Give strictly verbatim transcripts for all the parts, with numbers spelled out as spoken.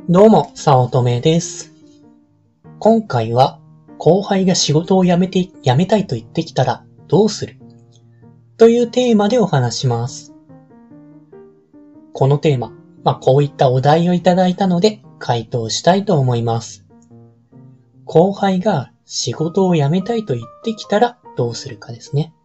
どうも、早乙女です。今回は、後輩が仕事を辞めて、辞めたいと言ってきたらどうするというテーマでお話します。このテーマ、まあ、こういったお題をいただいたので回答したいと思います。後輩が仕事を辞めたいと言ってきたらどうするかですね。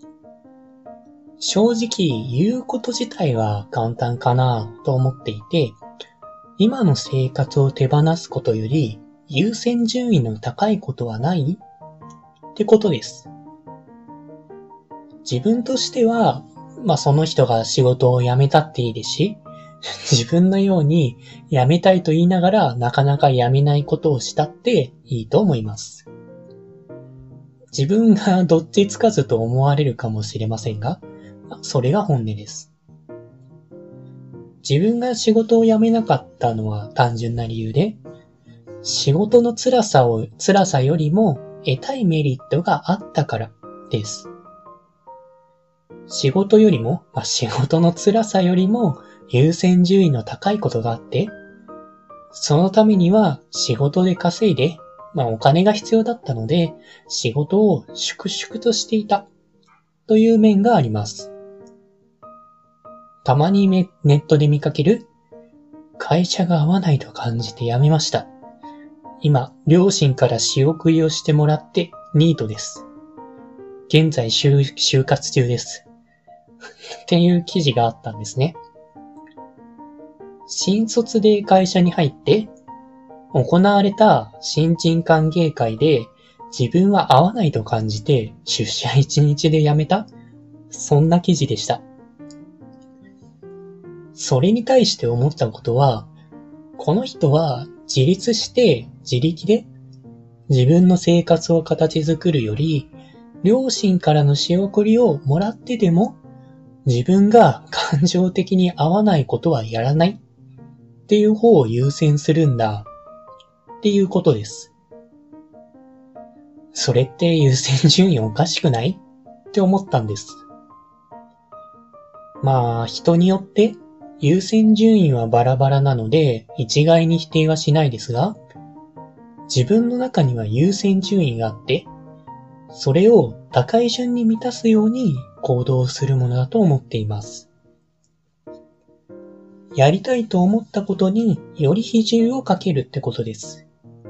正直言うこと自体は簡単かなと思っていて、今の生活を手放すことより優先順位の高いことはないってことです。自分としては、まあその人が仕事を辞めたっていいですし、自分のように辞めたいと言いながらなかなか辞めないことをしたっていいと思います。自分がどっちつかずと思われるかもしれませんが、それが本音です。自分が仕事を辞めなかったのは単純な理由で、仕事の辛さを、辛さよりも得たいメリットがあったからです。仕事よりも、まあ、仕事の辛さよりも優先順位の高いことがあって、そのためには仕事で稼いで、まあお金が必要だったので、仕事を粛々としていたという面があります。たまにネットで見かける、会社が合わないと感じて辞めました。今、両親から仕送りをしてもらってニートです。現在就、就活中です。っていう記事があったんですね。新卒で会社に入って行われた新人歓迎会で自分は合わないと感じて出社一日で辞めた、そんな記事でした。それに対して思ったことは、この人は自立して自力で自分の生活を形作るより、両親からの仕送りをもらってでも自分が感情的に合わないことはやらないっていう方を優先するんだっていうことです。それって優先順位おかしくないって思ったんです。まあ人によって優先順位はバラバラなので一概に否定はしないですが、自分の中には優先順位があって、それを高い順に満たすように行動するものだと思っています。やりたいと思ったことにより比重をかけるってことです。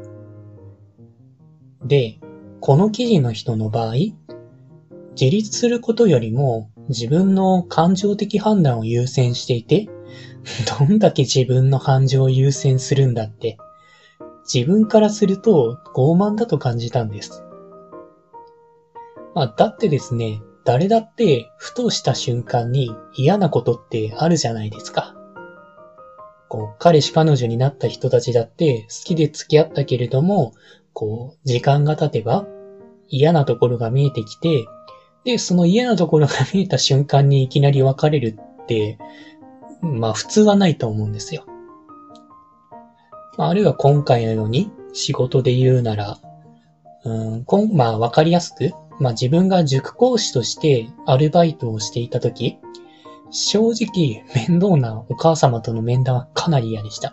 で、この記事の人の場合、自立することよりも自分の感情的判断を優先していて、どんだけ自分の感情を優先するんだって、自分からすると傲慢だと感じたんです。まあ、だってですね、誰だってふとした瞬間に嫌なことってあるじゃないですか。こう、彼氏彼女になった人たちだって好きで付き合ったけれども、こう、時間が経てば嫌なところが見えてきて、で、その嫌なところが見えた瞬間にいきなり別れるって、まあ普通はないと思うんですよ。まあ、あるいは今回のように仕事で言うなら、うん、こんまあわかりやすく、まあ自分が塾講師としてアルバイトをしていたとき、正直面倒なお母様との面談はかなり嫌でした。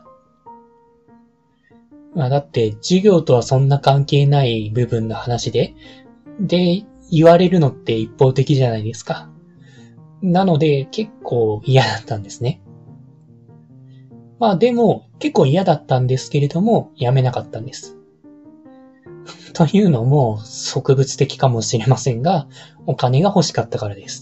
まあだって授業とはそんな関係ない部分の話で、で、言われるのって一方的じゃないですか。なので結構嫌だったんですね。まあでも結構嫌だったんですけれどもやめなかったんです。というのも植物的かもしれませんが、お金が欲しかったからです。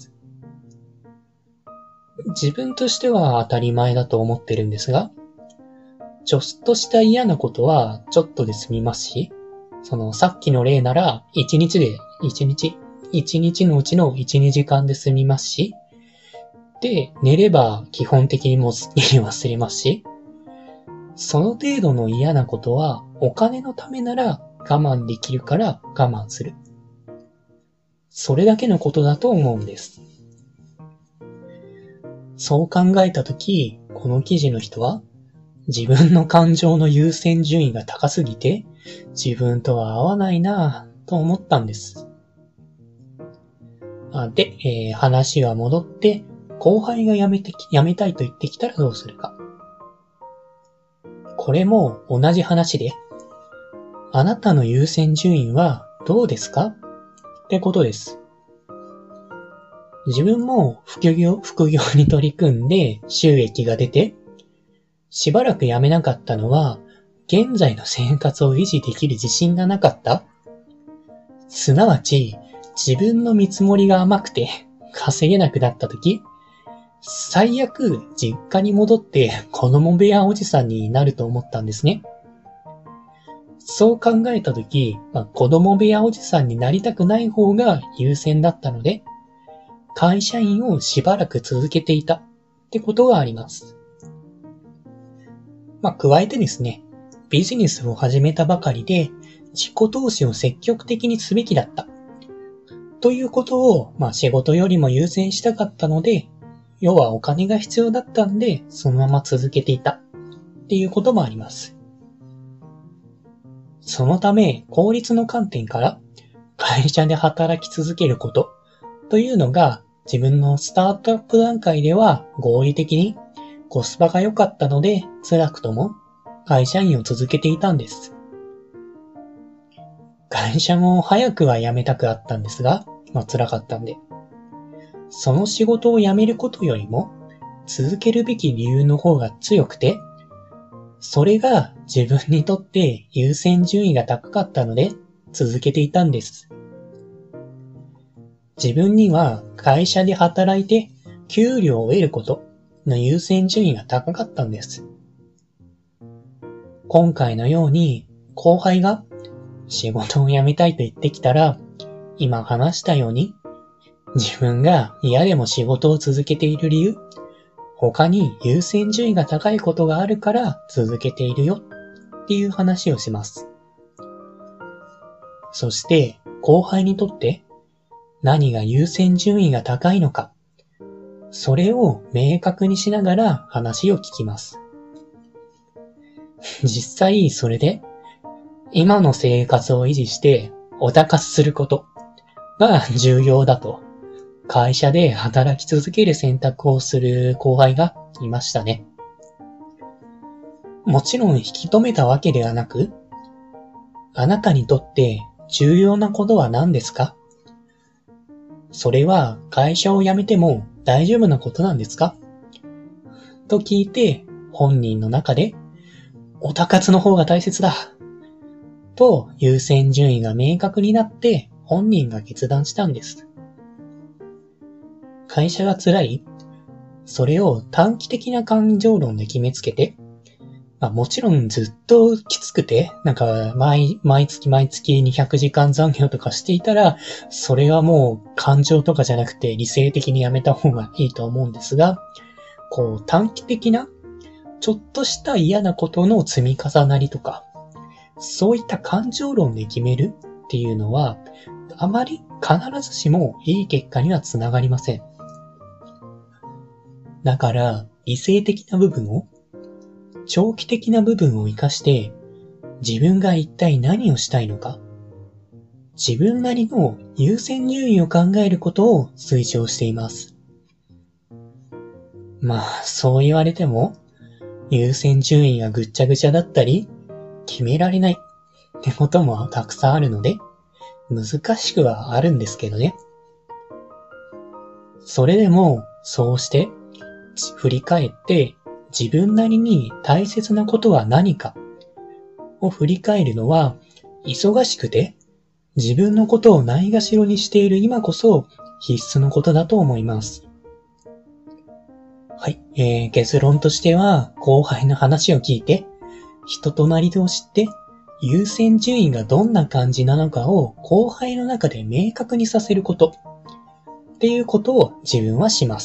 自分としては当たり前だと思ってるんですが、ちょっとした嫌なことはちょっとで済みますし、そのさっきの例なら一日で一日、一日のうちのいち、にじかんで済みますし、で、寝れば基本的にもうすっきり忘れますし、その程度の嫌なことはお金のためなら我慢できるから我慢する。それだけのことだと思うんです。そう考えたとき、この記事の人は自分の感情の優先順位が高すぎて自分とは合わないなぁと思ったんです。で、えー、話は戻って後輩が辞めてき、辞めたいと言ってきたらどうするか。 これも同じ話で、あなたの優先順位はどうですかってことです。自分も副業、副業に取り組んで収益が出て、しばらく辞めなかったのは、現在の生活を維持できる自信がなかった。すなわち、自分の見積もりが甘くて稼げなくなったとき、最悪実家に戻って子供部屋おじさんになると思ったんですね。そう考えたとき、まあ、子供部屋おじさんになりたくない方が優先だったので、会社員をしばらく続けていたってことがあります。まあ、加えてですね、ビジネスを始めたばかりで自己投資を積極的にすべきだったということを、まあ、仕事よりも優先したかったので、要はお金が必要だったんでそのまま続けていたっていうこともあります。そのため効率の観点から会社で働き続けることというのが自分のスタートアップ段階では合理的にコスパが良かったので辛くとも会社員を続けていたんです。会社も早くは辞めたくあったんですが、まあ辛かったんで。その仕事を辞めることよりも続けるべき理由の方が強くて、それが自分にとって優先順位が高かったので続けていたんです。自分には会社で働いて給料を得ることの優先順位が高かったんです。今回のように後輩が仕事を辞めたいと言ってきたら、今話したように自分が嫌でも仕事を続けている理由、他に優先順位が高いことがあるから続けているよっていう話をします。そして後輩にとって何が優先順位が高いのか、それを明確にしながら話を聞きます。実際それで今の生活を維持してお高することが重要だと会社で働き続ける選択をする後輩がいましたね。もちろん引き止めたわけではなく、あなたにとって重要なことは何ですか？それは会社を辞めても大丈夫なことなんですか？と聞いて本人の中でおたかつの方が大切だと優先順位が明確になって本人が決断したんです。会社が辛い？それを短期的な感情論で決めつけて、まあ、もちろんずっときつくて、なんか毎、毎月毎月にひゃくじかん残業とかしていたら、それはもう感情とかじゃなくて理性的にやめた方がいいと思うんですが、こう短期的なちょっとした嫌なことの積み重なりとか、そういった感情論で決めるっていうのは、あまり必ずしもいい結果にはつながりません。だから、理性的な部分を、長期的な部分を活かして、自分が一体何をしたいのか、自分なりの優先順位を考えることを推奨しています。まあ、そう言われても、優先順位がぐっちゃぐちゃだったり、決められないってこともたくさんあるので、難しくはあるんですけどね。それでも、そうして、振り返って自分なりに大切なことは何かを振り返るのは忙しくて自分のことをないがしろにしている今こそ必須のことだと思います。はい、えー、結論としては後輩の話を聞いて人となりを知って優先順位がどんな感じなのかを後輩の中で明確にさせることっていうことを自分はします。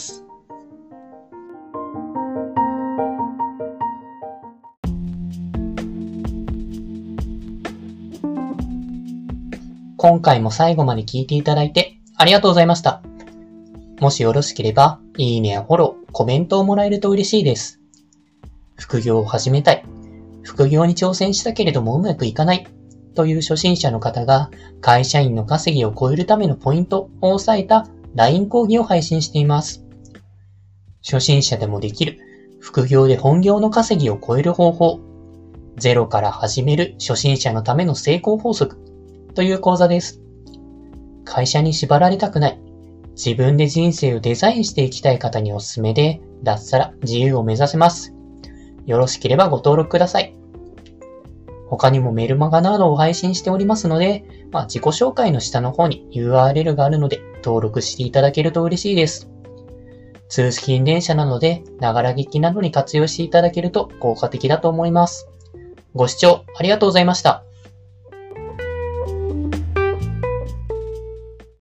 今回も最後まで聞いていただいてありがとうございました。もしよろしければ、いいねやフォロー、コメントをもらえると嬉しいです。副業を始めたい、副業に挑戦したけれどもうまくいかないという初心者の方が会社員の稼ぎを超えるためのポイントを押さえた ライン 講義を配信しています。初心者でもできる副業で本業の稼ぎを超える方法、 ゼロから始める初心者のための成功法則という講座です。会社に縛られたくない、自分で人生をデザインしていきたい方におすすめで、脱サラ自由を目指せます。よろしければご登録ください。他にもメルマガなどを配信しておりますので、まあ、自己紹介の下の方に ユーアールエル があるので登録していただけると嬉しいです。通勤電車なので、ながら聞きなどに活用していただけると効果的だと思います。ご視聴ありがとうございました。